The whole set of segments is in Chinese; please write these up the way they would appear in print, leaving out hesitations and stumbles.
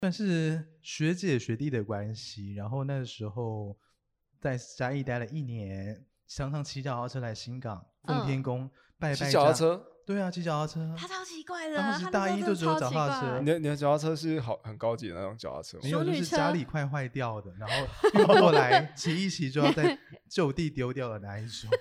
算是学姐学弟的关系，然后那时候在嘉义待了1年，常常骑脚踏车来新港奉天宫拜骑拜脚踏车。 对啊，骑脚踏车。 他超奇怪的， 当时大一就只有脚踏车。 你的脚踏车是很高级的那种脚踏车吗？ 没有，就是家里快坏掉的，然后运过来骑一骑就要在就地丢掉的那一种。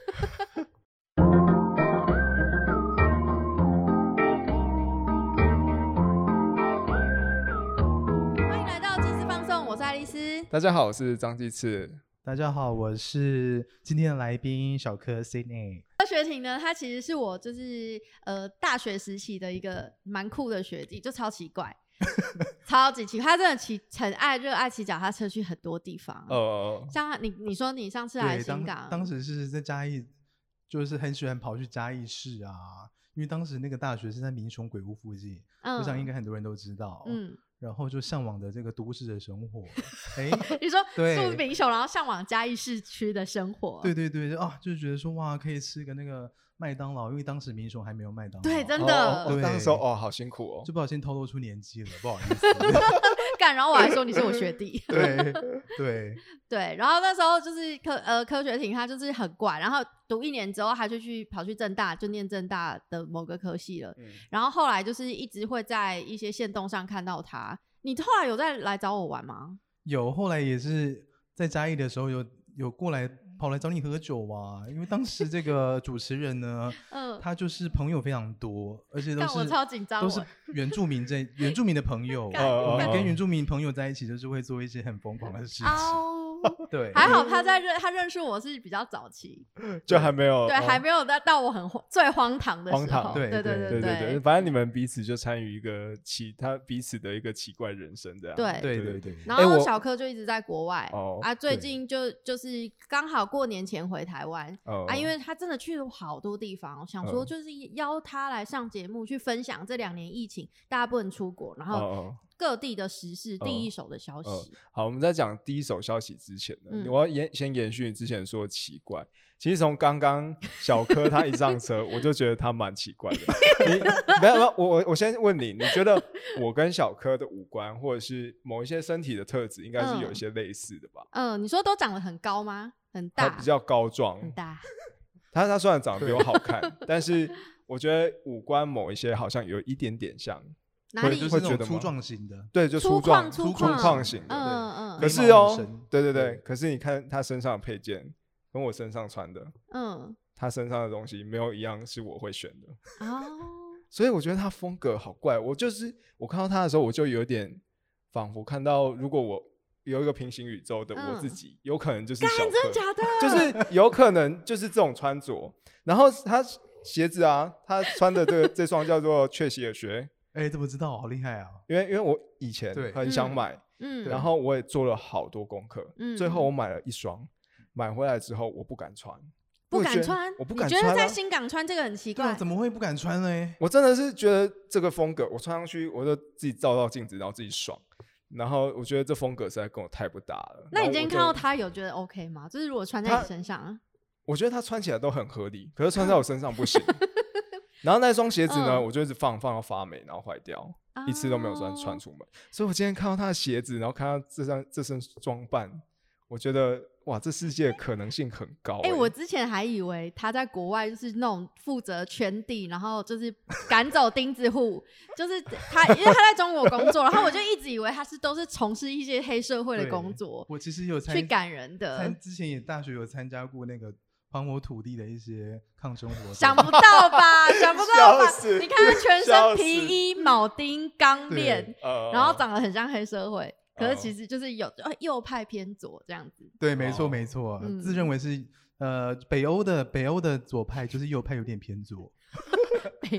欢迎来到知识放送，我是爱丽丝。 大家好，我是张继次。 大家好，我是今天的来宾小柯 Sydney。 柯学婷呢，他其实是我就是大学时期的一个蛮酷的学弟，就超奇怪，超级奇怪，他真的很热爱骑脚踏车去很多地方。像你说你上次来新港， 当时是在嘉义，就是很喜欢跑去嘉义市啊，因为当时那个大学是在民雄鬼屋附近，我想应该很多人都知道。然后就向往的这个都市的生活。 你说住民雄，然后向往嘉义市区的生活。 对对对啊，就觉得说哇，可以吃个那个麦当劳，因为当时民雄还没有麦当劳。 对，真的。 当时候好辛苦哦， 就不小心透露出年纪了，不好意思。 干，然后我还说你是我学弟。 对对对，然后那时候就是柯学婷，他就是很怪，然后读1年之后，他就跑去政大，就念政大的某个科系了。然后后来就是一直会在一些限动上看到他。你后来有再来找我玩吗？ 有，后来也是在嘉义的时候有过来跑来找你喝酒啊，因为当时这个主持人呢，他就是朋友非常多，而且都是我超紧张， 都是原住民的朋友。我们跟原住民朋友在一起，就是会做一些很疯狂的事情。对， 还好他认识我是比较早期， 就还没有还没有到我最荒唐的时候。 对，反正你们彼此就参与一个他彼此的一个奇怪人生这样。 对。 然后小柯就一直在国外最近就是刚好过年前回台湾因为他真的去了好多地方，想说就是邀他来上节目去分享这2年疫情大家不能出国，然后各地的时事第一手的消息。 好，我们在讲第一手消息之前呢，我要先延续你之前说的奇怪。其实从刚刚小柯他一上车，我就觉得他蛮奇怪的。我先问你，你觉得我跟小柯的五官或者是某一些身体的特质，应该是有一些类似的吧？ 你说都长得很高吗？很大？ 他比较高壮， 很大。 他虽然长得比我好看，但是我觉得五官某一些好像有一点点像。 哪里就是那种粗壮型的？ 对，就粗犷型的。可是对，可是你看他身上的配件跟我身上穿的，他身上的东西没有一样是我会选的。所以我觉得他风格好怪。我看到他的时候，我就有点仿佛看到，如果我有一个平行宇宙的我自己，有可能就是小柯。 真的假的？ 就是有可能就是这种穿着。然后他鞋子啊，他穿的这双叫做雀西尔靴。 怎么知道？好厉害啊！ 因为我以前很想买，然后我也做了好多功课，最后我买了1双，买回来之后我不敢穿。 不敢穿？ 我不敢穿。 你觉得在新港穿这个很奇怪？ 怎么会不敢穿呢？ 我真的是觉得这个风格，我穿上去我就自己照到镜子，然后自己爽。然后我觉得这风格实在跟我太不搭了。 那你今天看到他有觉得 OK 吗？就是如果穿在你身上， 我觉得他穿起来都很合理，可是穿在我身上不行。然后那双鞋子呢，我就一直放到发霉，然后坏掉，一次都没有穿出门。所以我今天看到他的鞋子，然后看到这身装扮，我觉得哇，这世界可能性很高。 我之前还以为他在国外就是那种负责圈地，然后就是赶走钉子户，就是他，因为他在中国工作，然后我就一直以为他都是从事一些黑社会的工作。 我其实有去赶人的， 之前也大学有参加过那个还我土地的一些抗争活动。 想不到吧？想不到吧？你看他全身皮衣、铆钉、钢链，然后长得很像黑社会，可是其实就是有右派偏左这样子。 对，没错没错，自认为是北欧的左派，就是右派有点偏左。 北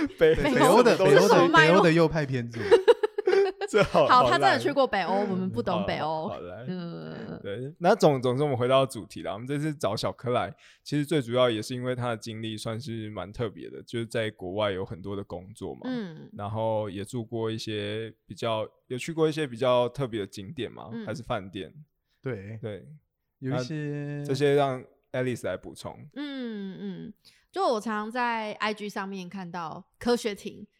欧的右派偏左。 好，他真的去过北欧，我们不懂北欧。 对，那总之我们回到主题啦。我们这次找小柯来，其实最主要也是因为他的经历算是蛮特别的，就是在国外有很多的工作嘛，然后也住过一些有去过一些比较特别的景点嘛，还是饭店。对， 有一些这些让 Alice 来补充。 就我常常在 IG 上面看到柯学婷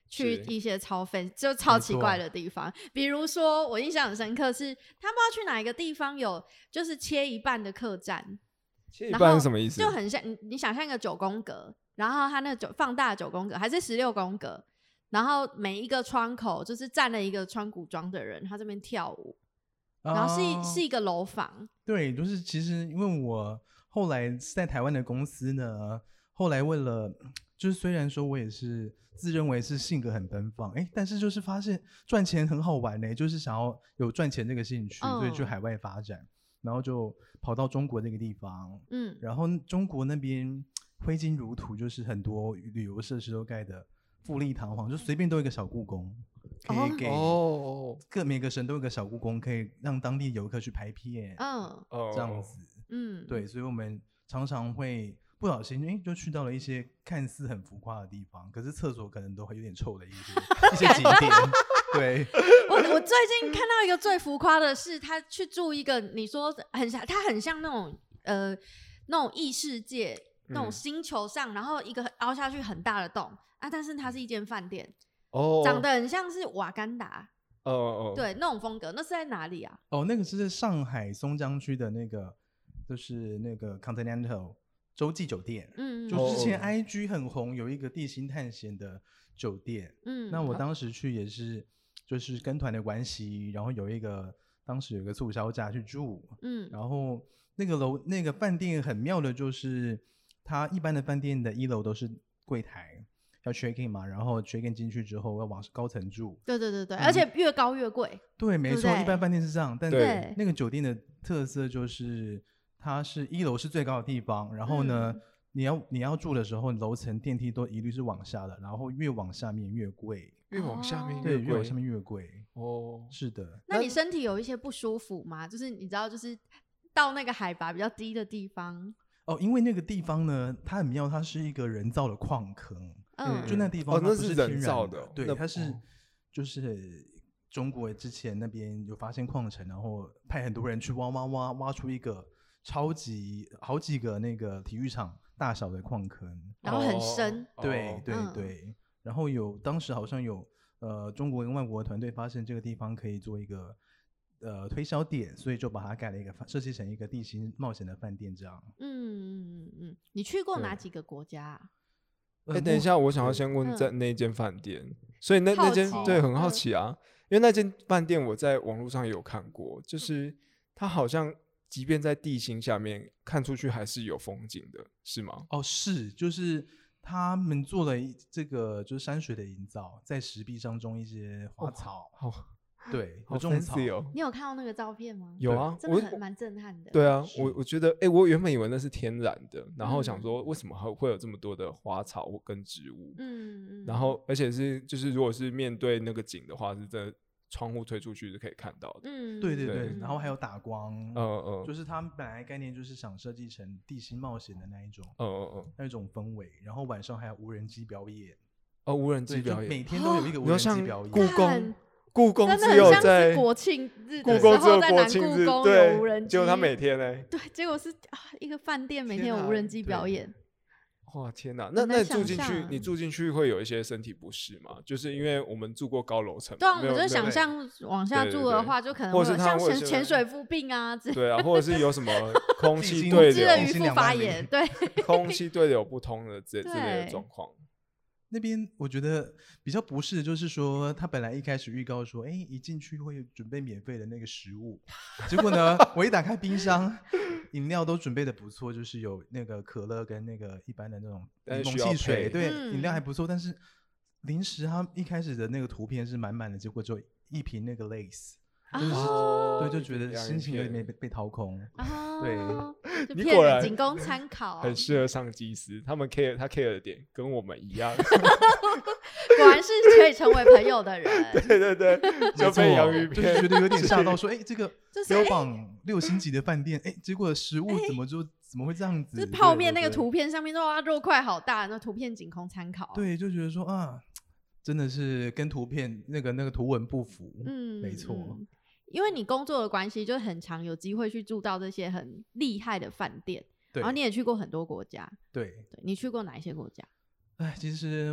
去一些就超奇怪的地方，比如说我印象很深刻是他不知道去哪一个地方有就是切一半的客栈， 切一半是什么意思？ 就很像你想象一个9宫格，然后它那个放大9宫格还是16宫格，然后每一个窗口就是站了一个穿古装的人，他这边跳舞，然后是一个楼房。 对，就是其实因为我后来在台湾的公司呢，后来为了就是虽然说我也是自认为是性格很奔放，但是就是发现赚钱很好玩就是想要有赚钱这个兴趣，所以去海外发展，然后就跑到中国这个地方，然后中国那边挥金如土，就是很多旅游设施都盖的富丽堂皇，就随便都有一个小故宫，可以给每个省都有一个小故宫，可以让当地游客去拍片，这样子，对，所以我们常常会不小心就去到了一些看似很浮夸的地方，可是厕所可能都会有点臭的一些景点。对， 我最近看到一个最浮夸的是，他去住一个你说他很像那种异世界那种星球上，然后一个凹下去很大的洞但是它是一间饭店，长得很像是瓦干达。对，那种风格，那是在哪里啊？ 那个是在上海松江区的那个，就是那个 Continental 洲际酒店。就之前 IG 很红，有一个地心探险的酒店。那我当时去也是，就是跟团的关系，然后当时有一个促销价去住。然后那个饭店很妙的就是，它一般的饭店的1楼都是柜台。要 check in 嘛，然后 check in 进去之后要往高层住。 对，而且越高越贵。 对，没错，一般饭店是这样，但那个酒店的特色就是它是1楼是最高的地方，然后呢，你要住的时候，楼层电梯都一律是往下的，然后越往下面越贵， 越往下面对，越往下面越贵。是的。 那你身体有一些不舒服吗？就是你知道，就是到那个海拔比较低的地方。 因为那个地方呢，它很妙，它是一个人造的矿坑。就那地方它不是人造的， 对，它是就是中国之前那边有发现矿城，然后派很多人去挖出一个好几个那个体育场大小的矿坑， 然后很深。 对，然后当时好像有中国跟外国的团队发现这个地方可以做一个推销点，所以就把它盖了设计成一个地心冒险的饭店这样。 你去过哪几个国家啊？ 等一下，我想要先问在那间饭店，所以那间对很好奇啊，因为那间饭店我在网络上也有看过，就是它好像即便在地心下面看出去还是有风景的，是吗？ 是，就是他们做了这个就是山水的营造，在石壁上种一些花草。对，有种草。 你有看到那个照片吗？ 有啊， 真的蛮震撼的。 对啊，我觉得，我原本以为那是天然的，然后想说为什么会有这么多的花草跟植物？然后而且就是如果是面对那个景的话，是真的窗户推出去就可以看到的。 对，然后还有打光。就是他们本来概念就是想设计成地心冒险的那一种，那一种氛围，然后晚上还有无人机表演。 无人机表演， 每天都有一个无人机表演。故宫只有在国庆日的时候在南故宫有无人机， 结果他每天对，结果是一个饭店每天有无人机表演。 哇，天哪！那你住进去会有一些身体不适吗？就是因为我们住过高楼层， 对啊，我就想象往下住的话，就可能会有像潜水夫病啊， 对啊，或者是有什么空气对流、 渔夫发炎，对， 空气对流不通的之类的状况。 那边我觉得比较不是，就是说他本来一开始预告说，一进去会准备免费的那个食物，结果呢，我一打开冰箱，饮料都准备的不错，就是有那个可乐跟那个一般的那种柠檬汽水，对，饮料还不错，但是零食他一开始的那个图片是满满的，结果就一瓶那个 Lace。对，就觉得心情有点被掏空。对， 你果然仅供参考， 很适合上机师，他 care 的点跟我们一样。 果然是可以成为朋友的人。 对，就被洋芋片， 就是觉得有点吓到，说这个标榜6星级的饭店，结果食物怎么会这样子？ 就是泡面那个图片上面说肉块好大，那图片仅供参考。 对，就觉得说真的是跟图片那个图文不符。没错。 因为你工作的关系，就很常有机会去住到这些很厉害的饭店，然后你也去过很多国家。 对， 你去过哪一些国家？ 其实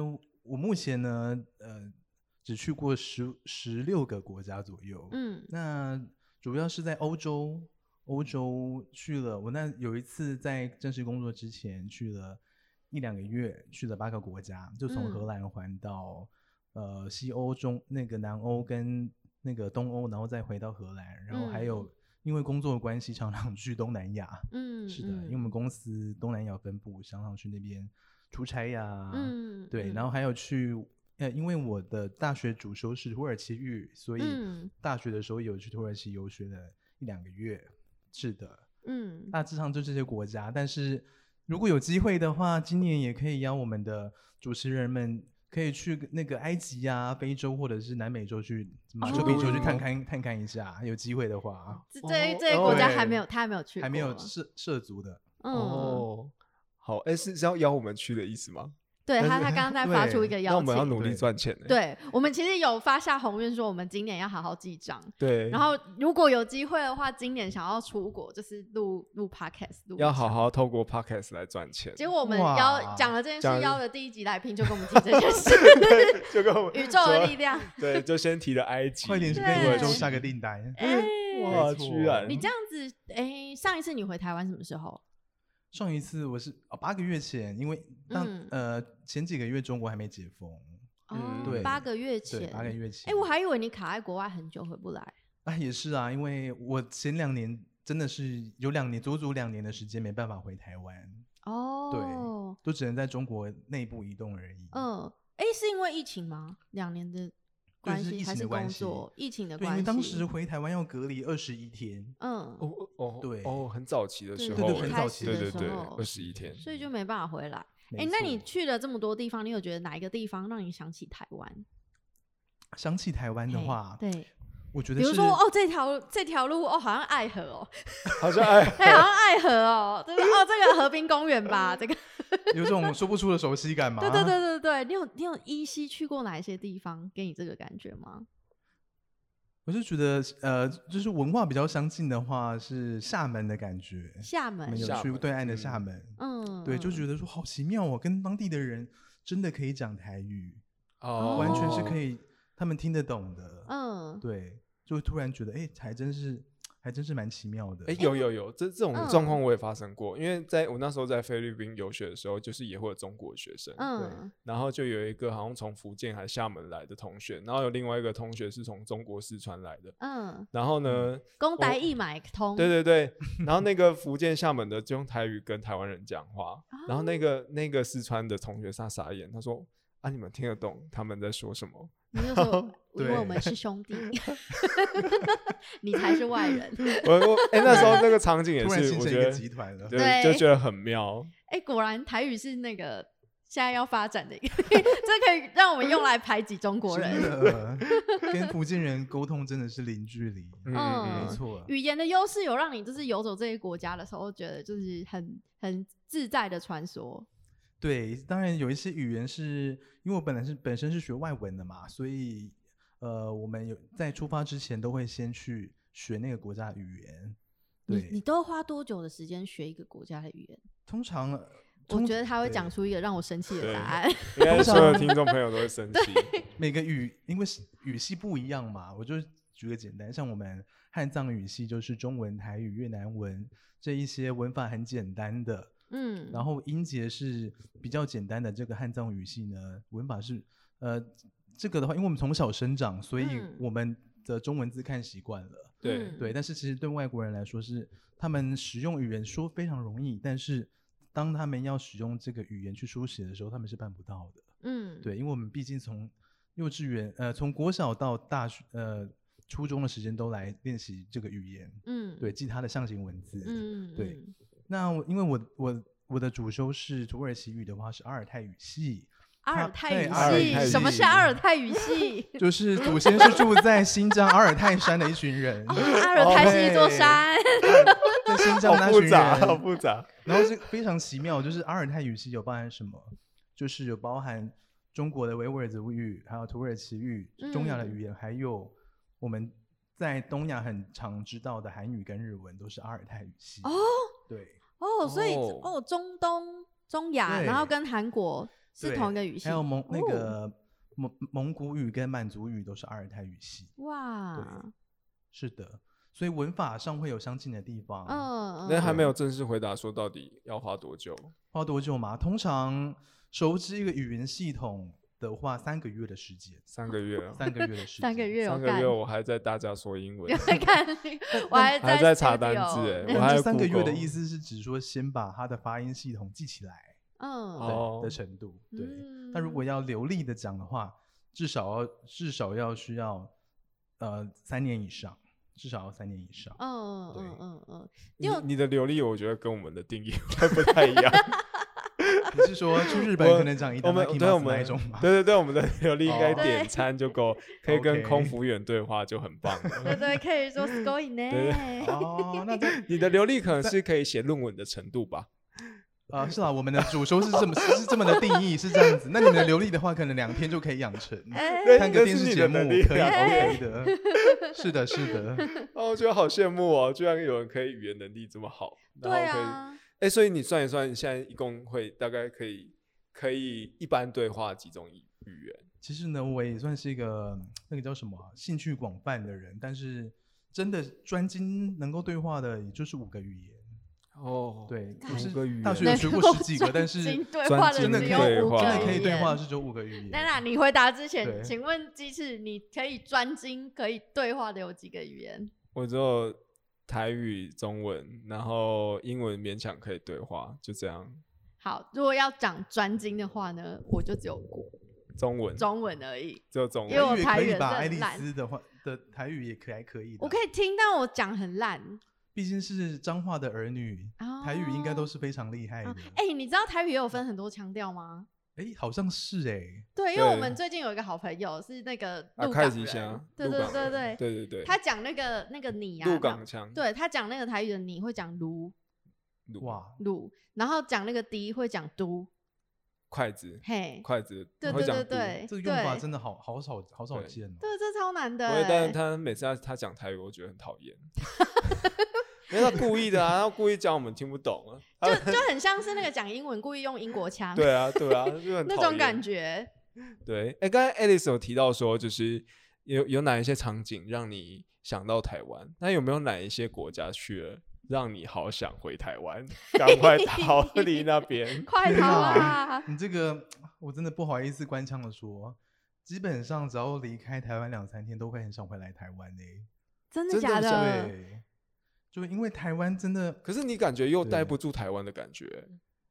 我目前呢，只去过16个国家左右。那主要是在欧洲去了。我那有一次在正式工作之前去了1-2个月，去了8个国家，就从荷兰环到西欧、那个南欧跟那个东欧，然后再回到荷兰，然后还有因为工作的关系，常常去东南亚。是的，因为我们公司东南亚分部常常去那边出差呀。对，然后还有去，因为我的大学主修是土耳其语，所以大学的时候有去土耳其游学了1-2个月。是的，大致上就这些国家。但是如果有机会的话，今年也可以邀我们的主持人们。可以去那个埃及啊、非洲或者是南美洲去马丘比丘去探看一下，有机会的话。 这些国家他还没有去过， 还没有涉足的。 好，是要邀我们去的意思吗？ 对，他刚刚在发出一个邀请，那我们要努力赚钱。 对，我们其实有发下宏愿说我们今年要好好记账。 对， 然后如果有机会的话，今年想要出国，就是录 podcast， 要好好透过 podcast 来赚钱。 结果我们讲了这件事，邀了第1集来宾就跟我们提这件事， 就跟我宇宙的力量。 对，就先提了埃及， 快点去跟宇宙下个订单。 哇，居然！ 你这样子，上一次你回台湾什么时候？ 上一次我是8个月前，因为前几个月中国还没解封。对 ，8个月前。 对，8个月前。 我还以为你卡在国外很久回不来。 也是啊，因为我前2年真的是有足足2年的时间没办法回台湾。对，都只能在中国内部移动而已。 是因为疫情吗？2年的关系还是工作？疫情的关系。 因为当时回台湾要隔离21天。对， 很早期的时候， 对，很早期的时候，对，21天， 所以就没办法回来。那你去了这么多地方，你有觉得哪一个地方让你想起台湾？ 想起台湾的话， 对， 我觉得比如说这条路好像爱河好像爱河对这个河滨公园吧，这个有种说不出的熟悉感吗？ 对，你有依稀去过哪一些地方给你这个感觉吗？ 我是觉得就是文化比较相近的话是厦门的感觉。 厦门有去对岸的厦门。对，就觉得说好奇妙哦，跟当地的人真的可以讲台语。完全是可以他们听得懂的。对，就突然觉得还真是蛮奇妙的。 有这种状况我也发生过。因为我那时候在菲律宾游学的时候，就是也会有中国学生。对，然后就有一个好像从福建还厦门来的同学，然后有另外一个同学是从中国四川来的。然后呢， 公台一买通。 对，然后那个福建厦门的就用台语跟台湾人讲话。然后那个四川的同学他傻眼，他说你们听得懂他们在说什么？ 你就说因为我们是兄弟。你才是外人。 那时候那个场景也是突然形成一个集团了。 对，就觉得很妙。 果然台语是那个现在要发展的一个这可以让我们用来排挤中国人。 真的跟福建人沟通真的是零距离。没错。 语言的优势有让你就是游走这些国家的时候觉得就是很自在的穿梭。 对，当然有一些语言是因为我本身是学外文的嘛，所以我们在出发之前都会先去学那个国家的语言。对， 你都花多久的时间学一个国家的语言？ 通常我觉得他会讲出一个让我生气的答案。 应该所有听众朋友都会生气。 每个因为语系不一样嘛，我就举个简单，像我们汉藏语系就是中文、台语、越南文这一些文法很简单的。然后音节是比较简单的。这个汉藏语系呢，文法是这个的话，因为我们从小生长，所以我们的中文字看习惯了。对，但是其实对外国人来说是他们使用语言说非常容易，但是当他们要使用这个语言去书写的时候，他们是办不到的。对，因为我们毕竟从幼稚园从国小到大学初中的时间都来练习这个语言。对，记它的象形文字。对。那因为我的主修是土耳其语的话是阿尔泰语系。 阿尔泰语系？什么是阿尔泰语系？ 就是祖先是住在新疆阿尔泰山的一群人。 阿尔泰是一座山。 在新疆那群人好复杂。 然后是非常奇妙，就是阿尔泰语系有包含什么？就是有包含中国的维吾尔族语，还有土耳其语、中亚的语言，还有我们在东亚很常知道的韩语跟日文都是阿尔泰语系。 对。所以中东、中亚，然后跟韩国是同一个语系。 还有蒙古语跟满族语都是阿尔泰语系。 哇， 对，是的，所以文法上会有相近的地方。 但还没有正式回答说到底要花多久？ 花多久嘛？通常熟知一个语言系统的话，3个月的时间。 3个月 ，3个月的时间。 3个月 ，3个月我还在大家说英文。 我还在查单字我还3个月的意思是指说先把它的发音系统记起来。的程度。对，但如果要流利的讲的话，至少需要3年以上，至少要3年以上。 你的流利，我觉得跟我们的定义会不太一样。 你是说去日本可能讲一大堆那一种吗？ 对，我们的流利应该点餐就够，可以跟空服员对话就很棒了。 对，可以说すごいね。 那你的流利可能是可以写论文的程度吧？ 是啦，我们的主修是这么的定义，是这样子。那你们的流利的话，可能2天就可以养成，看个电视节目可以 OK 的。是的。 我觉得好羡慕哦，居然有人可以语言能力这么好。 对啊。 所以你算一算，你现在一共会大概可以一般对话几种语言？ 其实呢，我也算是一个那个叫什么兴趣广泛的人，但是真的专精能够对话的，也就是5个语言。对，5个语言，大学有学过10几个，但是真的可以对话是只有5个语言。 那你回答之前，请问鸡翅，你可以专精可以对话的有几个语言？ 我只有台语、中文，然后英文勉强可以对话，就这样。 好，如果要讲专精的话呢，我就只有中文而已， 只有中文。 因为我台语吧，爱丽丝的台语也可以的。 我可以听，但我讲很烂。 毕竟是彰化的儿女，台语应该都是非常厉害的。 你知道台语也有分很多腔调吗？ 好像是对，因为我们最近有一个好朋友是那个鹿港人，对，他讲那个你啊， 鹿港腔， 对他讲那个台语的你会讲撸，然后讲那个滴会讲嘟， 筷子， 对， 这个用法真的好少见哦。 对，这超难的。 但是他每次他讲台语，我觉得很讨厌。因为他故意的啊，他故意讲我们听不懂啊，就很像是那个讲英文故意用英国腔。 对啊，就很那种感觉。 对，刚才 Alice 有提到说，就是有哪一些场景让你想到台湾？那有没有哪一些国家去了，让你好想回台湾，赶快逃离那边？ 快逃啊！ 你这个我真的不好意思官腔的说，基本上只要离开台湾2-3天，都会很想回来台湾真的假的？ 对。就因为台湾真的， 可是你感觉又待不住台湾的感觉。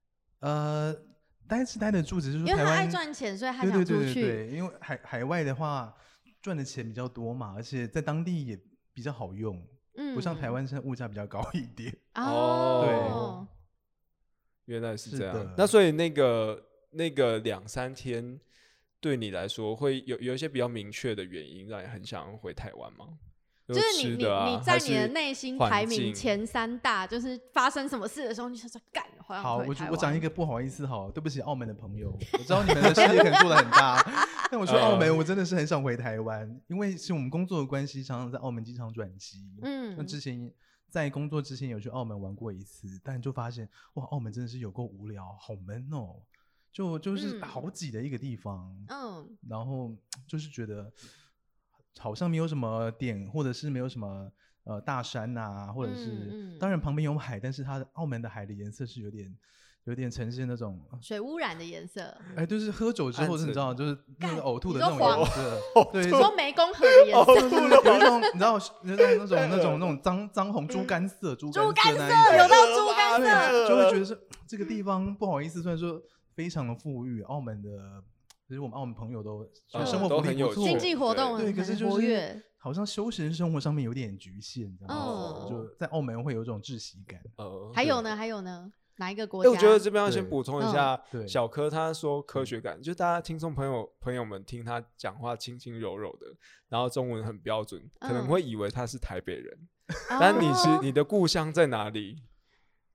待得住，只是说因为他爱赚钱，所以他想出去。 对，因为海外的话赚的钱比较多嘛，而且在当地也比较好用，不像台湾现在物价比较高一点。 对，原来是这样。那所以那个2-3天对你来说，会有一些比较明确的原因，让你很想回台湾吗？ 就是你在你的内心排名前3大，就是发生什么事的时候，你就说干， 好，我讲一个不好意思，对不起澳门的朋友，我知道你们的事业可能做得很大，但我说澳门，我真的是很想回台湾，因为是我们工作的关系，常常在澳门机场转机。那之前在工作之前有去澳门玩过一次，但就发现哇，澳门真的是有够无聊，好闷哦，就是好挤的一个地方。然后就是觉得。好像没有什么点，或者是没有什么大山啊，或者是当然旁边有海，但是它澳门的海的颜色是有点呈现那种水污染的颜色。 就是喝酒之后，你知道，就是那个呕吐的那种颜色。对， 说湄公河的颜色， 有一种你知道，那种脏红猪肝色，猪肝色有到猪肝色， 就会觉得是这个地方不好意思，虽然说非常的富裕，澳门的。其实我们澳门朋友都生活福利不错， 经济活动对，可是就是好像休闲生活上面有点局限，就在澳门会有一种窒息感。 还有呢？哪一个国家？ 我觉得这边要先补充一下，小柯他说科学感，就大家听众朋友们听他讲话轻轻柔柔的，然后中文很标准，可能会以为他是台北人，但你的故乡在哪里？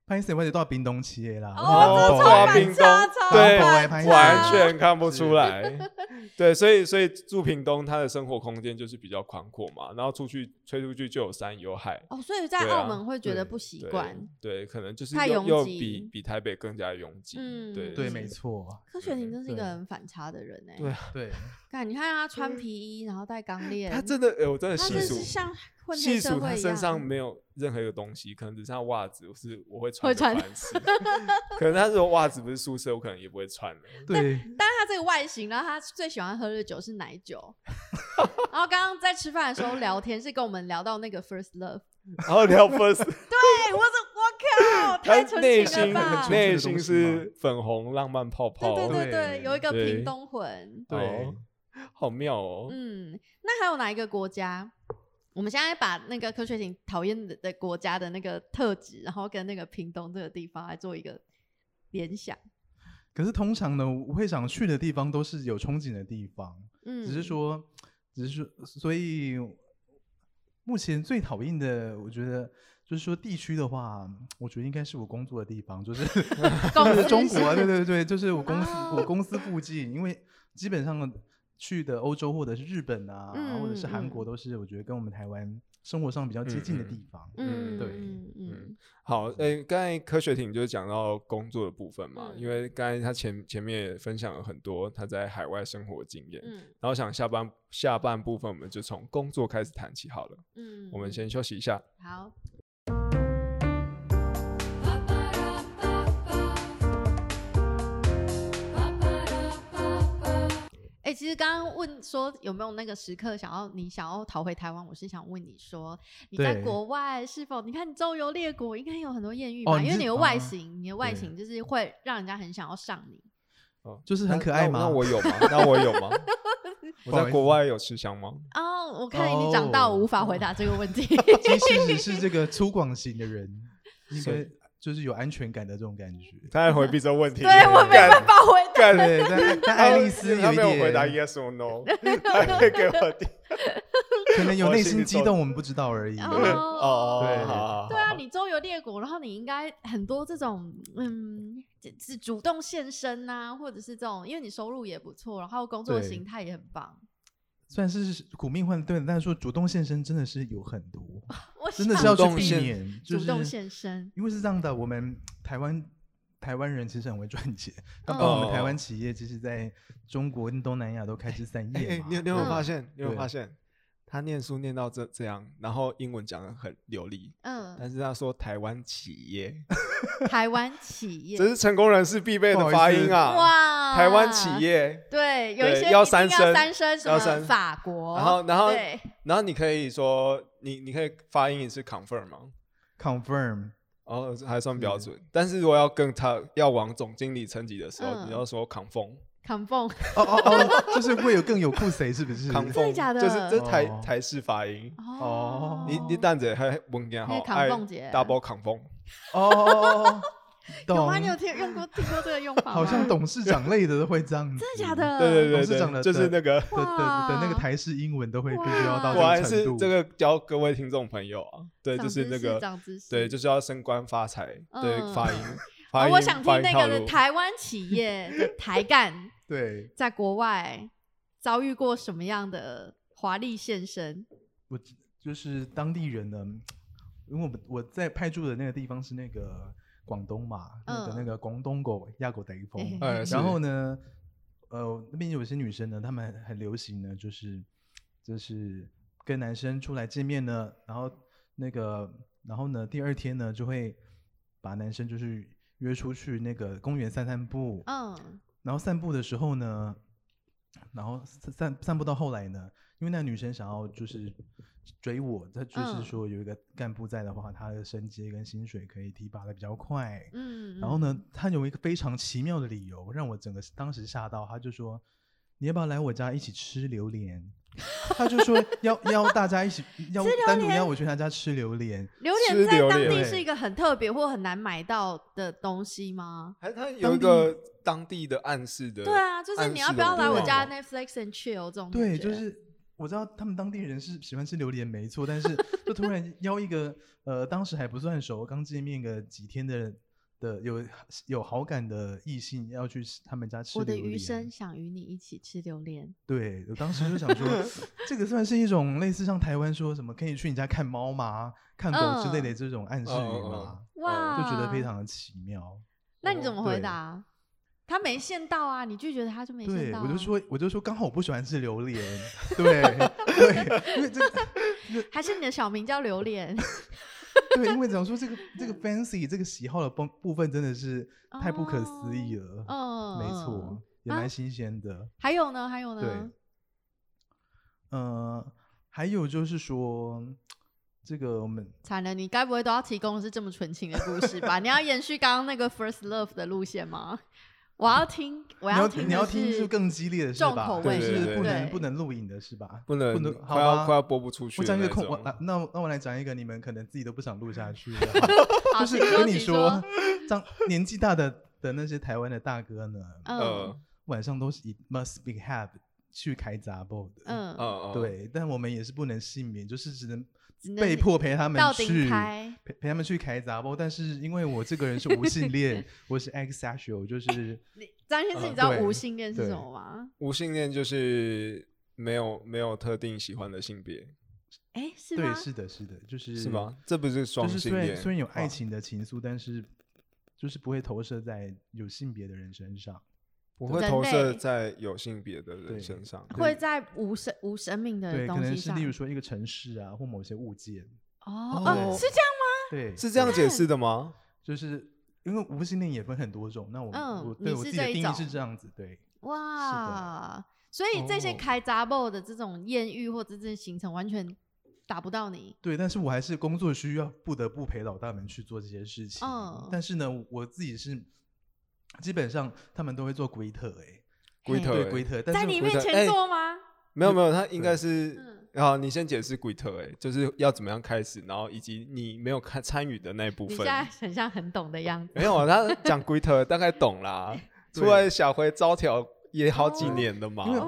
拍摄我就到屏东去的啦。 到屏东，对，完全看不出来。对，所以住屏东，他的生活空间就是比较宽阔嘛，然后吹出去就有山有海。 所以在澳门会觉得不习惯。 对，可能就是太又比台北更加拥挤。 对，没错。 柯雪婷真是一个很反差的人对对。 看，你看他穿皮衣，然后戴钢链， 他真的，我真的细数， 像混黑社会一样。 他身上没有任何一个东西，可能只剩袜子，我会穿的。可能他如果袜子不是宿舍，我可能也不会穿了。 对， 但是他这个外形，然后他最喜欢喝的酒是奶酒。然后刚刚在吃饭的时候聊天，是跟我们聊到那个 First Love， 然后聊 First， 对，我靠，太纯情了吧！ 内心是粉红浪漫泡泡， 对，有一个屏东魂， 对，好妙哦。 那还有哪一个国家？我们现在把那个柯雪婷讨厌的国家的那个特质，然后跟那个屏东这个地方来做一个联想。 可是通常呢，我会想去的地方都是有憧憬的地方，只是说，所以目前最讨厌的，我觉得就是说地区的话，我觉得应该是我工作的地方，就是中国，对，就是我公司附近，因为基本上去的欧洲或者是日本啊，或者是韩国，都是我觉得跟我们台湾生活上比较接近的地方。 好，刚才柯雪婷就是讲到工作的部分嘛，因为刚才他前面也分享了很多他在海外生活的经验，然后想下半部分我们就从工作开始谈起好了。我们先休息一下。 好。其实刚刚问说有没有那个时刻你想要逃回台湾，我是想问你说你在国外是否你看你周游列国应该有很多艳遇吧？因为你的外形就是会让人家很想要上你。 就是很可爱吗？ 那我有吗？我在国外有吃香吗？ 我看你长大，我无法回答这个问题。 即使是这个粗犷型的人，应该就是有安全感的这种感觉。 他在回避这个问题， 对我没办法回答。 对，但爱丽丝有一点， 他没有回答 yes or no， 他可以给我点， 可能有内心激动，我们不知道而已。 对啊，你周游列国，然后你应该很多这种是主动献身啊，或者是这种，因为你收入也不错，然后工作形态也很棒。 虽然是苦命换对，但是说主动献身真的是有很多，真的是要去避免， 主动献身， 因为是这样的，我们台湾人其实很会赚钱，包括我们台湾企业，其实在中国跟东南亚都开枝散叶嘛。 你有没有发现？你有没有发现？他念书念到这样，然后英文讲得很流利，但是他说台湾企业， 台湾企业， 这是成功人士必备的发音啊！哇，台湾企业， 对，有一些要三声， 什么法国， 然后你可以说，你可以发音一次 confirm 吗 ？confirm， 还算标准，但是如果要往总经理层级的时候，你要说 confirm。 就是会有更有酷谁是不是？ 真的假的？ 就是这台式发音哦。你等者还文件好爱 double confirm 有吗？你有听过这个用法吗？ 好像董事长类的都会这样子。 真的假的？ 对， 董事长的就是那个的那个台式英文都会必须要到这个程度。 果然是这个教各位听众朋友啊，对，就是那个对，就是要升官发财，对，发音。 我想听那个台湾企业的台干。 对， 在国外遭遇过什么样的华丽现身？ 我就是当地人呢，因为我在派驻的那个地方是那个广东嘛，那个广东狗亚狗地方。然后呢，那边有些女生呢，她们很流行呢，就是跟男生出来见面呢，然后呢，第二天呢就会把男生就是约出去那个公园散步。然后散步的时候呢，然后散步到后来呢，因为那女生想要就是追我，她就是说有一个干部在的话，她的升阶跟薪水可以提拔的比较快。然后呢，她有一个非常奇妙的理由，让我整个当时吓到。她就说：“你要不要来我家一起吃榴莲？”他就说要大家一起单独邀我去他家吃榴莲。 榴莲在当地是一个很特别或很难买到的东西吗？ 它有一个当地的暗示的。 对啊，就是你要不要来我家 Netflix and chill 这种。 对，就是我知道他们当地人是喜欢吃榴莲没错，但是就突然邀一个当时还不算熟，刚见面个几天的有好感的异性要去他们家吃榴莲。 我的余生想与你一起吃榴莲。 对，我当时就想说这个算是一种类似像台湾说什么可以去你家看猫吗看狗之类的这种暗示语吗？哇，就觉得非常的奇妙。 那你怎么回答？他没限到啊，你拒绝他就没限到、啊。 对，我就说刚好我不喜欢吃榴莲。对对，因为这个还是你的小名叫榴莲。 对，因为讲说这个 fancy 这个喜好的部分真的是太不可思议了。没错，也蛮新鲜的。 还有呢？ 对，还有就是说。这个我们惨了，你该不会都要提供的是这么纯情的故事吧？你要延续刚刚那个 first love 的路线吗？我要听你要听是更激烈的是吧？ 重口味是不能录影的是吧？ 不能，快要播不出去。 我讲一个那我来讲一个你们可能自己都不想录下去的，就是跟你说，年纪大的那些台湾的大哥呢，晚上都是以 must be have 去开杂报的，对，但我们也是不能幸免，就是只能被迫陪他们去陪他们去开杂包，但是因为我这个人是无性恋，我是 asexual， 就是张先生，你知道无性恋是什么吗？ 无性恋就是没有特定喜欢的性别。 是吗？ 对，是的， 是吗？这不是双性恋， 虽然有爱情的情愫，但是就是不会投射在有性别的人身上。 不会投射在有性别的人身上， 会在无生命的东西上。 对，可能是例如说一个城市啊，或某些物件。 是这样吗？ 对， 是这样解释的吗？ 就是因为无性恋也分很多种，那我对我自己的定义是这样子，对。 哇，所以这些开杂报的这种艳遇或者这些行程完全打不到你。 对，但是我还是工作需要不得不陪老大们去做这些事情。但是呢，我自己是。基本上他们都会做龟特龟特， 在你面前做吗？ 没有，他应该是你先解释龟特就是要怎么样开始，然后以及你没有参与的那一部分。 你现在很像很懂的样子。 没有，他讲龟特大概懂啦。出来小回招条也好几年了嘛。 因为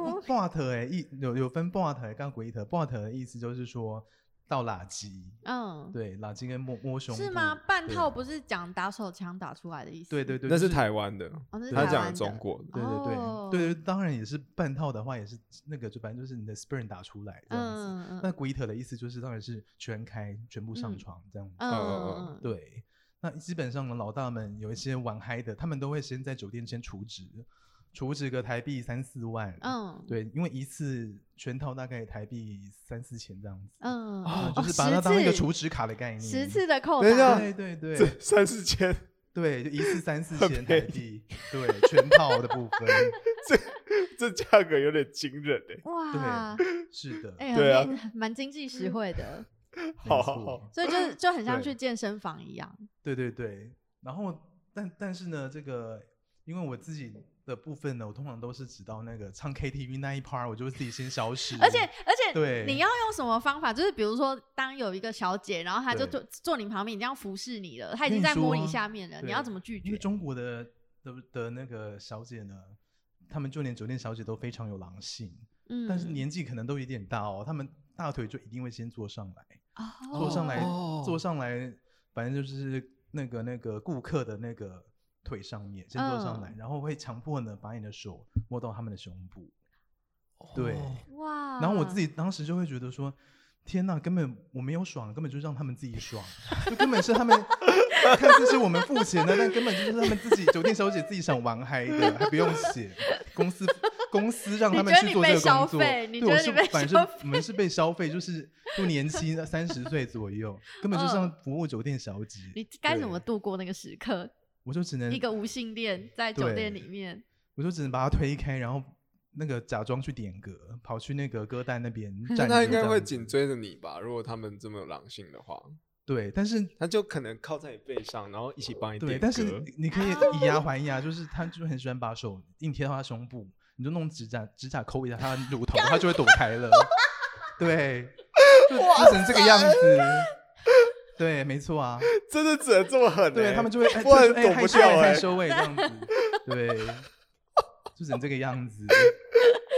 bot 有分 bot 跟龟特 ，bot 的意思就是说。到垃圾，对，垃圾跟摸胸部是吗？半套不是讲打手枪打出来的意思？ 对， 那是台湾的，他讲中国的， 对，当然也是半套的话，也是那个就反正就是你的 sperm 打出来这样子。那 Guiter 的意思就是当然是全开，全部上床这样子。对，那基本上呢，老大们有一些玩嗨的，他们都会先在酒店先储值个台币3-4万，对，因为一次全套大概台币3-4千这样子，就是把它当一个储值卡的概念 ，10次的扣打， 对 ，3-4千， 对，就一次3-4千台币，对，全套的部分， 这价格有点惊人哇， 对，是的， 对啊， 蛮经济实惠的， 好， 所以就很像去健身房一样， 对，然后但是呢，这个因为我自己。的部分呢，我通常都是直到那个唱 KTV 那一 part， 我就会自己先消失。 而且， 对， 你要用什么方法？就是比如说，当有一个小姐，然后她就坐你旁边，已经要服侍你了，她已经在摸你下面了，你要怎么拒绝？ 因为中国的那个小姐呢，她们就连酒店小姐都非常有狼性，但是年纪可能都有点大她们大腿就一定会先坐上来，坐上来，反正就是那个顾客的那个。腿上面先坐上来，然后会强迫呢把你的手摸到他们的胸部，对，哇！然后我自己当时就会觉得说，天哪，根本我没有爽，根本就让他们自己爽，就根本是他们看似是我们付钱的，但根本就是他们自己酒店小姐自己想玩嗨的，还不用写公司让他们去做这个工作。反正我们是被消费，就是都年轻30岁左右，根本就像服务酒店小姐。 你该怎么度过那个时刻？ 我就只能一个无性恋在酒店里面， 我就只能把他推开，然后那个假装去点歌，跑去那个歌单那边站。 他应该会紧追着你吧？如果他们这么有狼性的话， 对，但是他就可能靠在你背上，然后一起帮你点歌。 对，但是你可以以牙还牙，就是他就很喜欢把手硬贴到他胸部，你就弄指甲抠一下他的乳头，他就会躲开了。对，就成这个样子。对，没错啊， 真的只能这么狠， 对他们就会不然躲不掉害羞这样子，对，就成这个样子。 但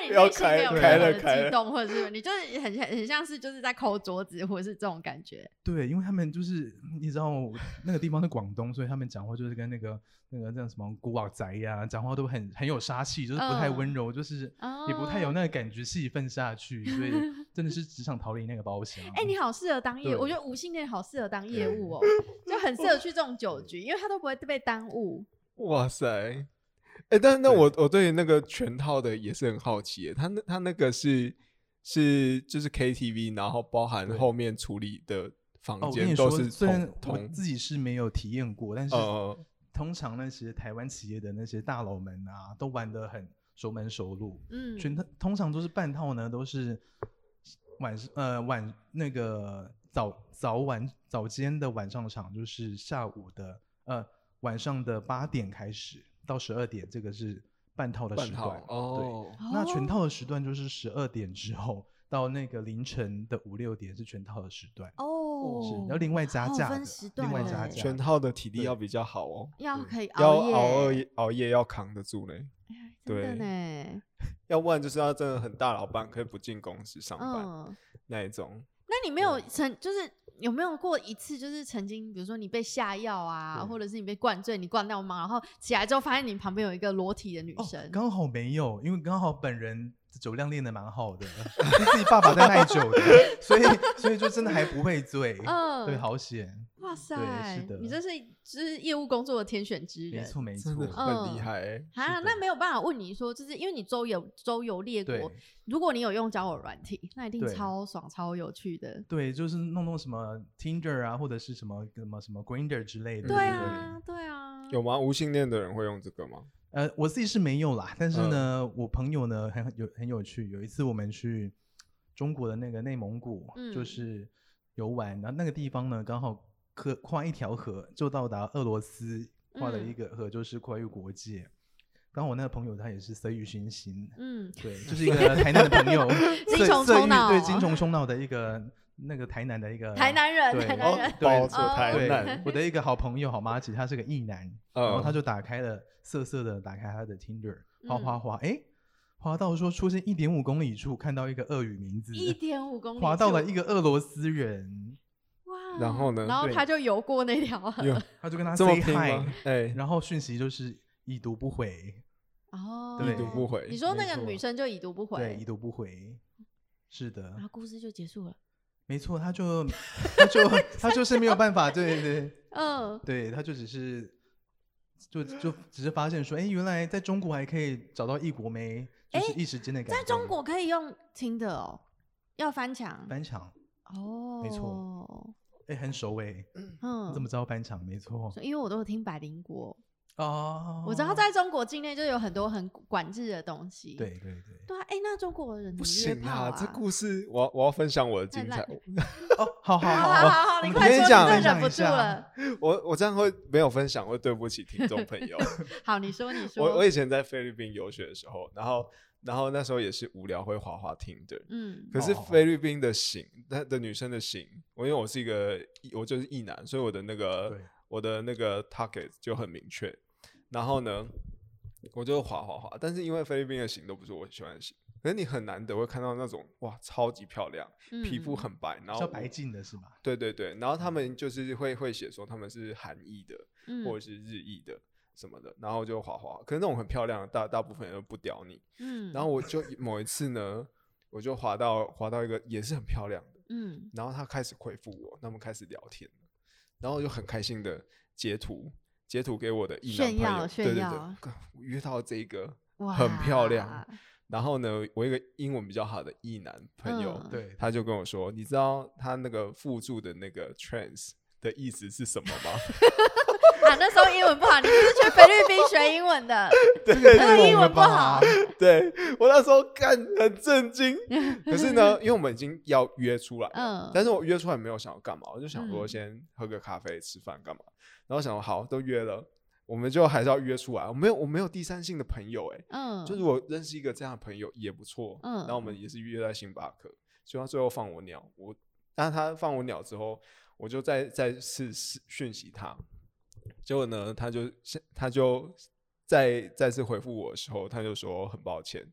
你内心没有任何的激动，或者是你就是很像是就是在抠桌子，或者是这种感觉。 对，因为他们就是你知道那个地方是广东，所以他们讲话就是跟那个叫什么古惑仔呀，讲话都很有杀气，就是不太温柔，就是也不太有那个感觉气氛下去，所以真的是职场逃离那个包厢。 你好适合当业务，我觉得无性恋好适合当业务哦，就很适合去这种酒局，因为他都不会被耽误。 哇塞！但那我对那个全套的也是很好奇，他那个是就是 KTV， 然后包含后面处理的房间都是虽然我自己是没有体验过，但是通常那些台湾企业的那些大佬们啊，都玩得很熟门熟路。通常都是半套呢，都是那个早间的晚上场，就是下午的晚上的8点开始到12点，这个是半套的时段。对，那全套的时段就是12点之后到那个凌晨的5、6点是全套的时段。是要另外加价的，另外加价。 全套的体力要比较好哦， 要可以熬夜要扛得住嘞。 真的呢， 要不然就是要真的很大老板可以不进公司上班那一种。 那你没有就是有没有过一次，就是曾经比如说你被下药啊，或者是你被灌醉，你灌到忙，然后起来之后发现你旁边有一个裸体的女生？ 刚好没有，因为刚好本人酒量练得蛮好的，自己爸爸在卖酒的，所以就真的还不会醉。对，好险！ 哇塞， 对，是的， 你这是就是业务工作的天选之人， 没错， 真的很厉害。 那没有办法问你说，就是因为你周游列国，如果你有用交友软体，那一定超爽超有趣的。 对，就是弄什么 Tinder 啊，或者是什么 Grindr 之类的。 对啊， 有吗？无性恋的人会用这个吗？ 我自己是没有啦，但是呢，我朋友呢很有趣。有一次我们去中国的那个内蒙古，就是游玩，然后那个地方呢刚好跨一条河就到达俄罗斯，跨的一个河就是跨越国界。刚好我那个朋友他也是色欲熏心，对，就是一个台南的朋友， 精虫充脑， 对，精虫充脑的一个那个台南的一个台南人， 包错台南。 我的一个好朋友好妈吉，他是个异男，然后他就打开了色的打开他的 Tinder， 滑，滑到说出现1.5公里处看到一个俄语名字 ，1.5公里滑到了一个俄罗斯人。 哇！ 然后呢？ 然后他就游过那条河， 他就跟他 say hi，然后讯息就是已读不回。 已读不回。 你说那个女生就已读不回？ 对，已读不回。是的。 然后故事就结束了。 没错，他就是没有办法，对，对，他就只是发现说，原来在中国还可以找到异国妹，就是一时间的感觉。 在中国可以用Tinder哦，要翻墙没错，很熟你怎么知道翻墙？没错， 因为我都有听百灵果。 我知道在中国境内就有很多很管制的东西。 对啊，那中国人不行啊！这故事我要分享我的精彩。 好， 你快说，真的忍不住了。 我这样会没有分享，会对不起听众朋友。 好，你说。 我以前在菲律宾游学的时候，然后那时候也是无聊会滑 Tinder，可是菲律宾的的女生的型，因为我就是异男，所以我的那个 target 就很明确。然后呢，我就滑，但是因为菲律宾的型都不是我喜欢的型，可是你很难得会看到那种哇超级漂亮，皮肤很白，然后叫白净的是吗？ 对，然后他们就是会写说他们是韩裔的，或者是日裔的什么的，然后就滑，可是那种很漂亮的大部分人都不屌你，然后我就某一次呢，我就滑到一个也是很漂亮的，然后他开始回复我，他们开始聊天，然后我就很开心的截图给我的异男朋友， 炫耀， 对，我约到这个很漂亮。然后呢，我一个英文比较好的异男朋友，他就跟我说，你知道他那个附注的那个 trans 的意思是什么吗？ 那时候英文不好，你是去菲律宾学英文的， 对， 英文不好。 对，我那时候很震惊。可是呢，因为我们已经要约出来，但是我约出来没有想要干嘛，我就想说先喝个咖啡、吃饭干嘛。然后想说好，都约了，我们就还是要约出来。我没有第三性的朋友，就是我认识一个这样的朋友也不错。然后我们也是约在星巴克，所以他最后放我鸟。但他放我鸟之后，我就再次讯息他。结果呢，他就再次回复我的时候，他就说很抱歉，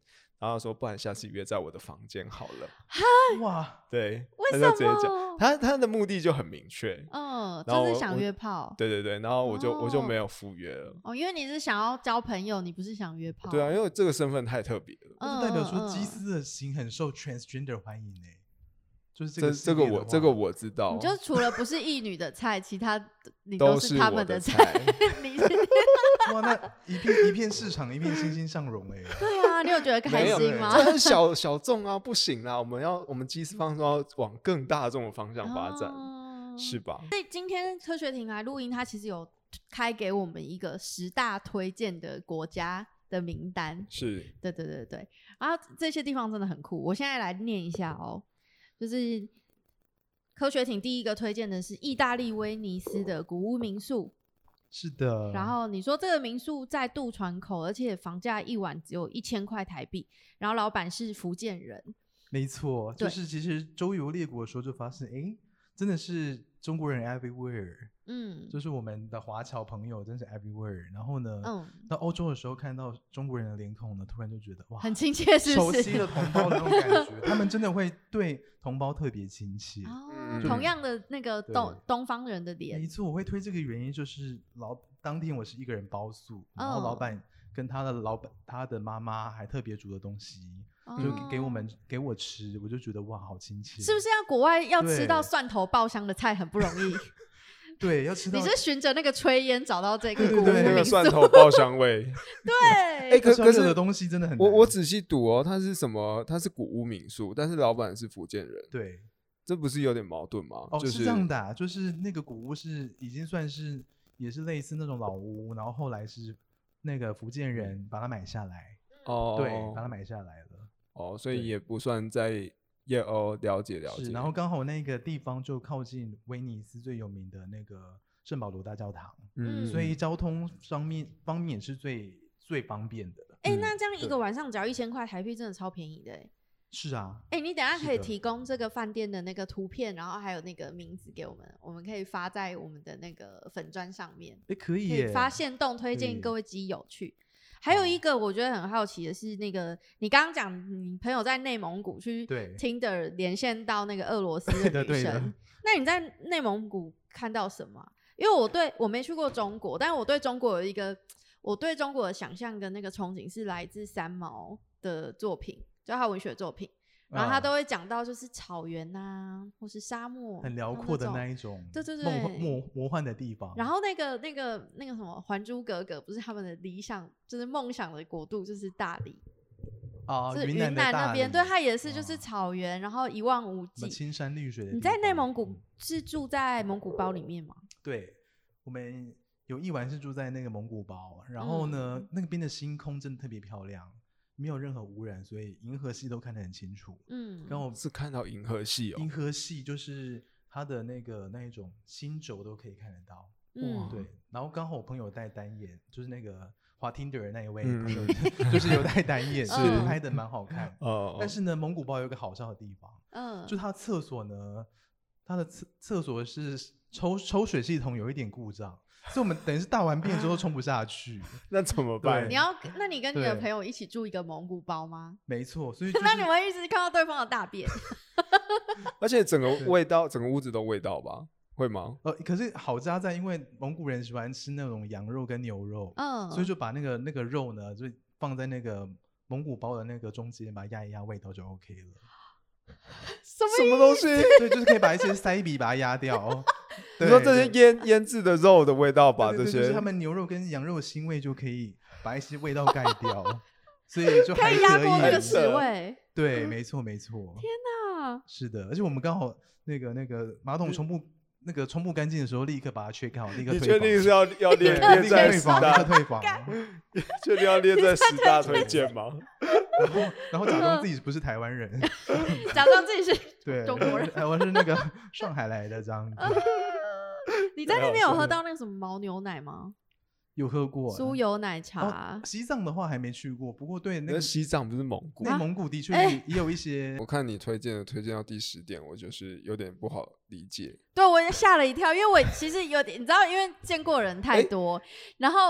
然后说不然下次约在我的房间好了。 哇， 对， 为什么？ 他就直接讲，他的目的就很明确， 就是想约炮。 对，然后我就没有赴约了。 因为你是想要交朋友，你不是想约炮。 对啊，因为这个身份太特别了， 代表说基斯的型很受 transgender 欢迎就是这个我知道。 你就除了不是异女的菜，其他你都是他们的菜。 哇，那一片市场，一片欣欣向荣对啊，你有觉得开心吗？ 这很小众啊，不行啦，我们基斯方说要往更大众的方向发展，是吧？ 所以今天科学亭来录音，他其实有开给我们一个10大推荐的国家的名单。 是， 对，然后这些地方真的很酷，我现在来念一下就是科学亭第一个推荐的是意大利威尼斯的古屋民宿。 是的。 然后你说这个民宿在渡船口，而且房价一晚只有1000块台币，然后老板是福建人。 没错，就是其实周游列国的时候就发现，真的是中国人 everywhere。就是我们的华侨朋友真是 everywhere。然后呢，到欧洲的时候看到中国人的脸孔呢，突然就觉得哇， 很亲切，是不是？ 熟悉了同胞的那种感觉，他们真的会对同胞特别亲切。 同样的那个东方人的脸。 没错，我会推这个原因就是当天我是一个人包宿，然后老板跟他的妈妈还特别煮的东西。就给我吃，我就觉得哇，好亲切。 是不是国外要吃到蒜头爆香的菜很不容易？ 对，要吃到。 你是循着那个炊烟找到这个古屋那个蒜头爆香味。 对， 可是的东西真的很难。 我仔细读它是什么？它是古屋民宿，但是老板是福建人。 对， 这不是有点矛盾吗？ 是这样的就是那个古屋是已经算是也是类似那种老屋，然后后来是那个福建人把它买下来。对，把它买下来了。 所以也不算在了解。 然后刚好那个地方就靠近威尼斯最有名的那个圣保罗大教堂，所以交通方面也是最方便的。 那这样一个晚上只要1000块台币，真的超便宜的。 是啊。 你等一下可以提供这个饭店的那个图片，然后还有那个名字给我们，我们可以发在我们的那个粉专上面。 可以发限动推荐各位基友去。还有一个我觉得很好奇的是，那个你刚刚讲你朋友在内蒙古去 Tinder 连线到那个俄罗斯的女生，那你在内蒙古看到什么？因为我没去过中国，但是我对中国的想象跟那个憧憬是来自三毛的作品，就他文学作品。然后他都会讲到就是草原或是沙漠， 很辽阔的那一种， 对魔幻的地方。 然后那个什么《还珠格格》，不是他们的理想，就是梦想的国度，就是大理是云南那边。对，它也是就是草原，然后一望无际， 青山绿水的地方。 你在内蒙古是住在蒙古包里面吗？ 对，我们有一晚是住在那个蒙古包，然后呢，那边的星空真的特别漂亮。没有任何污染，所以银河系都看得很清楚。刚好是看到银河系银河系就是它的那一种星轴都可以看得到。对。然后刚好我朋友带单眼，就是那个滑 Tinder 的那一位朋友，就是有带单眼，所以拍的蛮好看。但是呢，蒙古包有一个好笑的地方，就它的厕所呢，它的厕所是抽水系统有一点故障。所以我们等于是大完便之后冲不下去， 那怎么办？ 那你跟你的朋友一起住一个蒙古包吗？ 没错，所以那你们一直看到对方的大便， 而且整个味道，整个屋子都味道吧？会吗？ 可是好家在，因为蒙古人喜欢吃那种羊肉跟牛肉，所以就把那个肉呢，就放在那个蒙古包的那个中间，把它压一压，味道就 OK 了。 什么东西？ 对，就是可以把一些塞鼻把它压掉。 你说这些腌制的肉的味道，把这些就是他们牛肉跟羊肉的腥味就可以把一些味道盖掉，所以就还可以压过那个屎味。 对，没错。天哪！ 是的，而且我们刚好那个马桶冲不干净的时候，立刻把它缺干好，立刻退房。 你确定是要列在10大？ 立刻退房。 确定要列在10大推荐吗？ 然后假装自己不是台湾人， 假装自己是中国人。 我是那个上海来的这样子。 你在那边有喝到那个什么牦牛奶吗？ 有喝过酥油奶茶。 西藏的话还没去过，不过对那个西藏不是蒙古， 内蒙古的确也有一些。 我看你推荐到第10点，我就是有点不好理解。 对，我吓了一跳，因为我其实有点，你知道，因为见过人太多，然后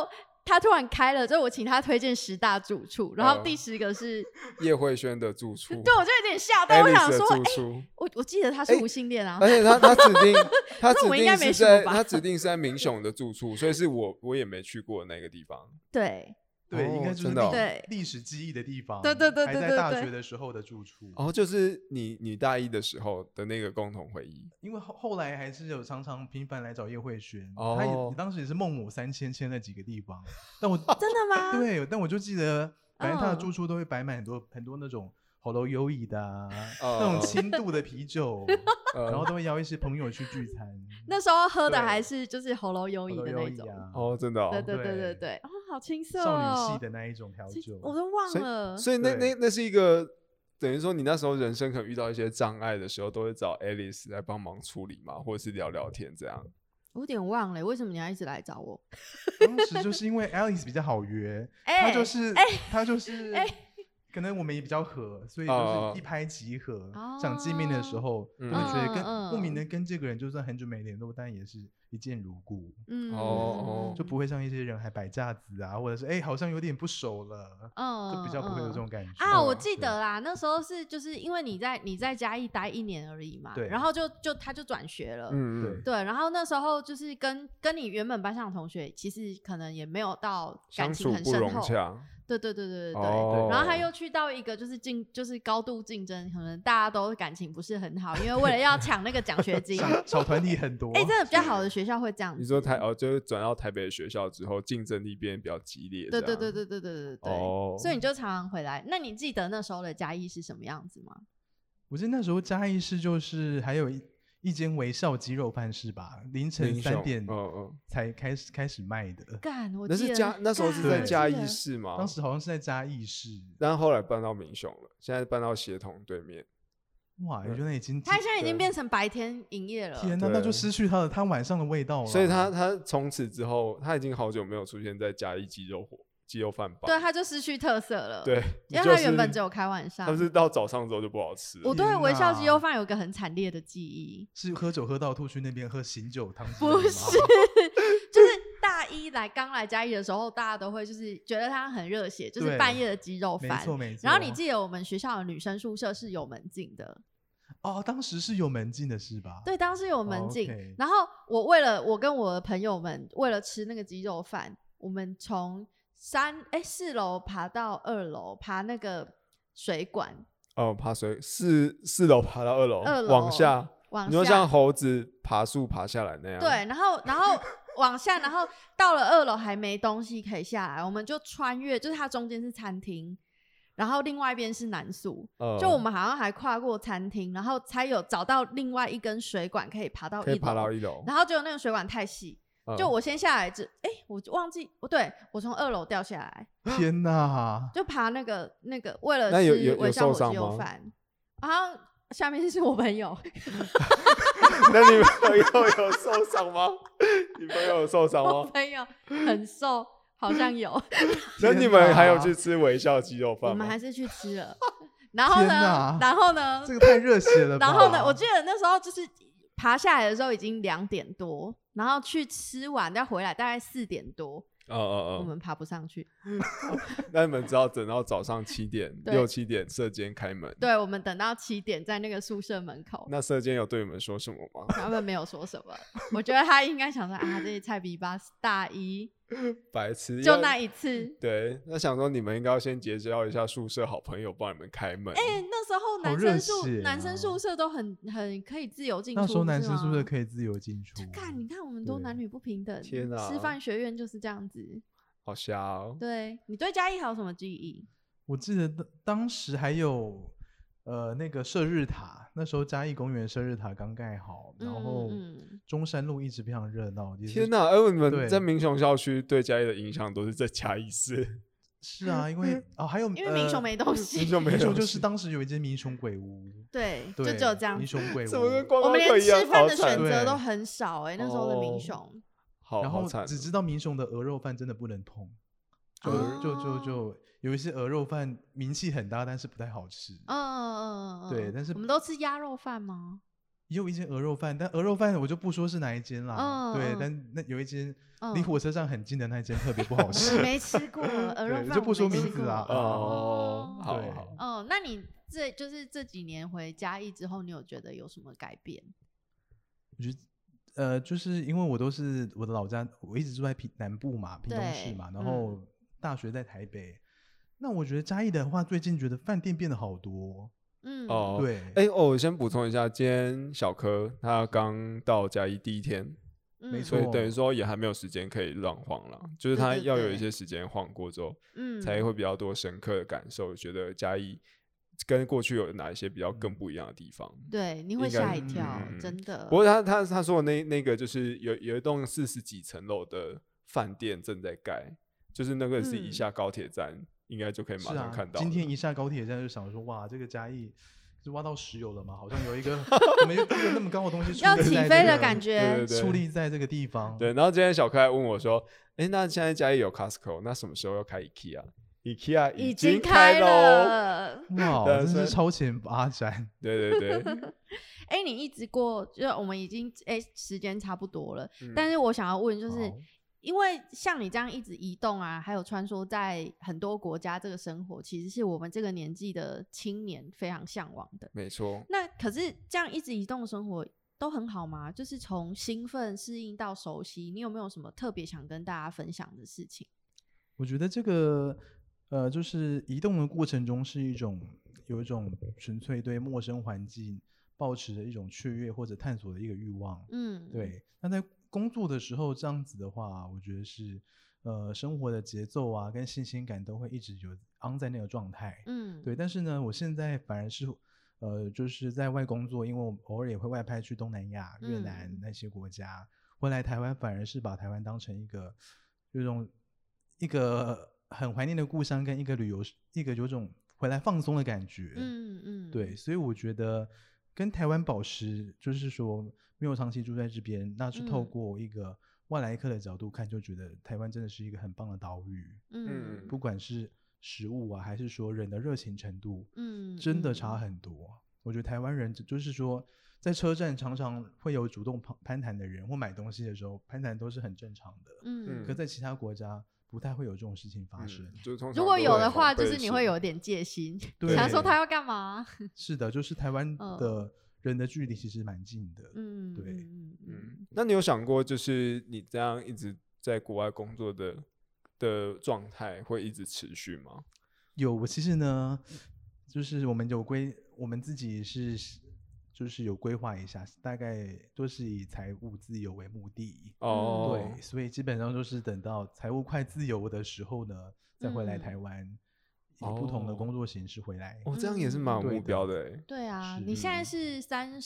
他突然开了，就我请他推荐10大住处，然后第10个是叶慧萱的住处。 对，我就有点吓到，我想说，我记得他是无性恋啊， 而且他指定他指定是在民雄的住处，所以是我也没去过那个地方。 对。 对，应该就是历史记忆的地方。 对， 还在大学的时候的住处。 就是你大一的时候的那个共同回忆。 因为后来还是有常常频繁来找叶慧萱，他当时也是孟母3000签了几个地方，但我真的吗？ 对，但我就记得，反正他的住处都会摆满很多那种喉咙优异的那种轻度的啤酒，然后都会邀一些朋友去聚餐。 那时候喝的还是就是喉咙优异的那种。 真的。 对，好青涩少女系的那一种调酒， 我都忘了。 所以那是一个等于说你那时候人生可能遇到一些障碍的时候，都会找 Alice 来帮忙处理嘛，或者是聊聊天这样。 我有点忘了，为什么你要一直来找我？ 当时就是因为 Alice 比较好约，他就是。可能我们也比较合，所以就是一拍即合。想见面的时候，我就觉得不明的跟这个人就算很久没联络，但也是一见如故。就不会像一些人还摆架子啊，或者是好像有点不熟了，就比较不会有这种感觉啊。我记得啦，那时候是就是因为你在嘉义待1年而已嘛，然后他就转学了，对，然后那时候就是跟你原本班上的同学，其实可能也没有到感情很深厚。对，然后他又去到一个就是高度竞争，可能大家都感情不是很好，因为为了要抢那个奖学金， 小团体很多。 真的比较好的学校会这样子。 你说就是转到台北的学校之后，竞争力变得比较激烈。 对，所以你就常常回来。那你记得那时候的嘉义是什么样子吗？ 我记得那时候嘉义市就是还有一间微笑鸡肉饭是吧？凌晨3点才开始卖的。 我记得那时候是在嘉义市吗？ 当时好像是在嘉义市， 但后来搬到民雄了，现在搬到协同对面。 哇，原来他现在已经变成白天营业了。 天哪，那就失去他晚上的味道了。 所以他从此之后，他已经好久没有出现在嘉义鸡肉饭吧？ 对，他就失去特色了。 对， 因为他原本只有开晚上， 他是到早上之后就不好吃了。 我对微笑鸡肉饭有一个很惨烈的记忆， 是喝酒喝到吐去那边喝醒酒汤。 不是，就是大一刚来嘉义的时候，大家都会就是觉得他很热血，就是半夜的鸡肉饭。 没错。 然后你记得我们学校的女生宿舍是有门禁的。 当时是有门禁的是吧？ 对，当时有门禁。然后我跟我的朋友们为了吃那个鸡肉饭，我们从4楼爬到2楼，爬那个水管。 爬4楼爬到2楼，往下，你说像猴子爬树爬下来那样。 对，然后往下，然后到了2楼还没东西可以下来，我们就穿越，就是它中间是餐厅。然后另外一边是男宿，就我们好像还跨过餐厅，然后才有找到另外一根水管可以爬到1楼，然后结果那个水管太细，就我先下来我忘记对，我从2楼掉下来。 天哪！ 就爬那个为了吃微笑火鸡肉饭，然后下面是我朋友。 那你朋友有受伤吗？你朋友有受伤吗？ 我朋友很瘦。好像有。 那你们还有去吃微笑鸡肉饭吗？ 我们还是去吃了。然后呢？ 这个太热血了吧。 然后呢？我记得那时候就是爬下来的时候已经2点多，然后去吃完再回来大概4点多。我们爬不上去。 那你们只好等到早上6、7点舍监开门。 对，我们等到7点在那个宿舍门口。 那舍监有对你们说什么吗？ 他们没有说什么。我觉得他应该想说这些菜逼吧大一白痴， 就那一次。 对，那想说你们应该要先结交一下宿舍好朋友帮你们开门。 那时候男生宿舍都很可以自由进出。 那时候男生宿舍可以自由进出。 你看我们都男女不平等。 天哪！ 师范学院就是这样子。 好瞎哦。 对，你对嘉义还有什么记忆？ 我记得当时还有那个射日塔，那时候嘉义公园射日塔刚盖好，然后中山路一直非常热闹。 天哪！你们在民雄校区对嘉义的影响都是在嘉义市。 是啊，因为还有因为民雄没东西， 民雄就是当时有一间民雄鬼屋。 对，就只有这样。 民雄鬼屋， 我们连吃饭的选择都很少那时候的民雄。 然后只知道民雄的鹅肉饭真的不能碰，就有一些鹅肉饭名气很大，但是不太好吃。 对， 但是我们都吃鸭肉饭吗？ 也有一间鹅肉饭，但鹅肉饭我就不说是哪一间啦。对，但那有一间离火车站很近的那一间特别不好吃。 没吃过鹅肉饭， 就不说名字啊。 好，那你这几年回嘉义之后，你有觉得有什么改变？ 我觉得就是因为我的老家，我一直住在南部嘛，屏东市嘛，然后大学在台北。那我觉得嘉义的话，最近觉得饭店变得好多。对。 我先补充一下，今天小柯他刚到嘉义第一天， 没错， 所以等于说也还没有时间可以乱晃了，就是他要有一些时间晃过之后，才会比较多深刻的感受，觉得嘉义跟过去有哪一些比较更不一样的地方。 对，你会吓一跳，真的。 不过他说的那个就是有一栋40几层楼的饭店正在盖，就是那个是一下高铁站。应该就可以马上看到。 今天一下高铁站就想说，哇，这个嘉义是挖到石油了吗？好像有一个我们有一个那么高的东西要起飞的感觉， 矗立在这个地方。 对，然后今天小柯还问我说：“那现在嘉义有 Costco， 那什么时候要开 IKEA？IKEA 已经开了， 哇，真是超前发展。 对。 你一直过，就我们已经时间差不多了，但是我想要问就是。因为像你这样一直移动啊，还有穿梭在很多国家，这个生活其实是我们这个年纪的青年非常向往的。 没错。 那可是这样一直移动的生活都很好吗？就是从兴奋适应到熟悉，你有没有什么特别想跟大家分享的事情？ 我觉得这个就是移动的过程中是有一种纯粹对陌生环境抱持的一种雀跃或者探索的一个欲望。对。那在工作的时候这样子的话，我觉得是生活的节奏啊跟新鲜感都会一直有昂在那个状态。对。但是呢，我现在反而是就是在外工作，因为我偶尔也会外派去东南亚、越南那些国家，回来台湾反而是把台湾当成一个很怀念的故乡，跟一个旅游，一个有种回来放松的感觉。对。所以我觉得跟台湾保持，就是说没有长期住在这边，那是透过一个外来客的角度看，就觉得台湾真的是一个很棒的岛屿。不管是食物啊，还是说人的热情程度，真的差很多。我觉得台湾人就是说，在车站常常会有主动攀谈的人，或买东西的时候攀谈都是很正常的。可在其他国家不太会有这种事情发生。 如果有的话，就是你会有点戒心，想说他要干嘛。 是的，就是台湾的人的距离其实蛮近的。对。 那你有想过，就是你这样一直在国外工作的状态会一直持续吗？ 有，其实呢，就是我们自己就是有规划一下，大概都是以财务自由为目的。对，所以基本上都是等到财务快自由的时候呢，再回来台湾，以不同的工作形式回来。 这样也是蛮有目标的。 对啊，你现在是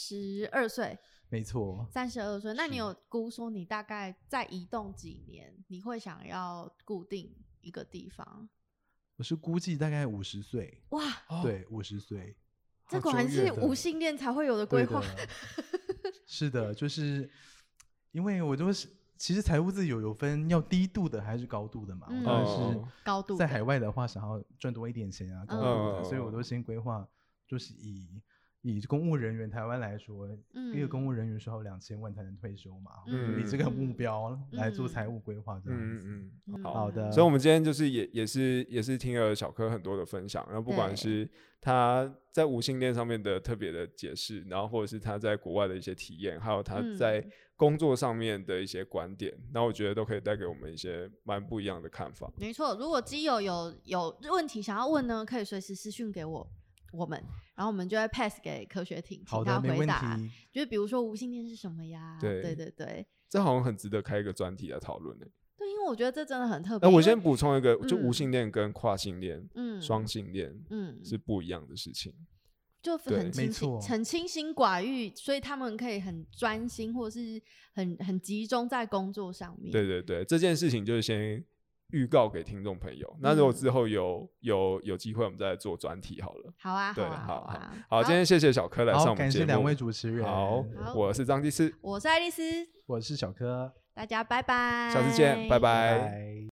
32岁。 没错 ，32岁。那你有估说你大概再移动几年，你会想要固定一个地方？ 我是估计大概50岁。 哇， 对，50岁。 这果然是无性恋才会有的规划。 是的，就是因为我其实财务自由有分要低度的还是高度的嘛。我当然是高度， 在海外的话想要赚多一点钱啊，高度的，所以我都先规划，就是以公务人员台湾来说，一个公务人员需要2000万才能退休嘛，以这个目标来做财务规划这样子。好的。 所以我们今天就是也是听了小柯很多的分享，然后不管是他在无性恋上面的特别的解释，然后或者是他在国外的一些体验，还有他在工作上面的一些观点，然后我觉得都可以带给我们一些蛮不一样的看法。 没错，如果基友有问题想要问呢，可以随时私讯给我们，然后我们就会 pass 给科学庭，请他回答。就是比如说无性恋是什么呀？对， 这好像很值得开一个专题来讨论。 对，因为我觉得这真的很特别。 我先补充一个，就无性恋跟跨性恋、双性恋，是不一样的事情。 就很清心寡欲，所以他们可以很专心，或者是很集中在工作上面。 对，这件事情就是先预告给听众朋友。那如果之后有机会，我们再来做专题好了。 好啊， 对，好，今天谢谢小柯来上我们节目， 感谢2位主持人。 好，我是张技师， 我是爱丽丝， 我是小柯， 大家拜拜， 下次见，拜拜。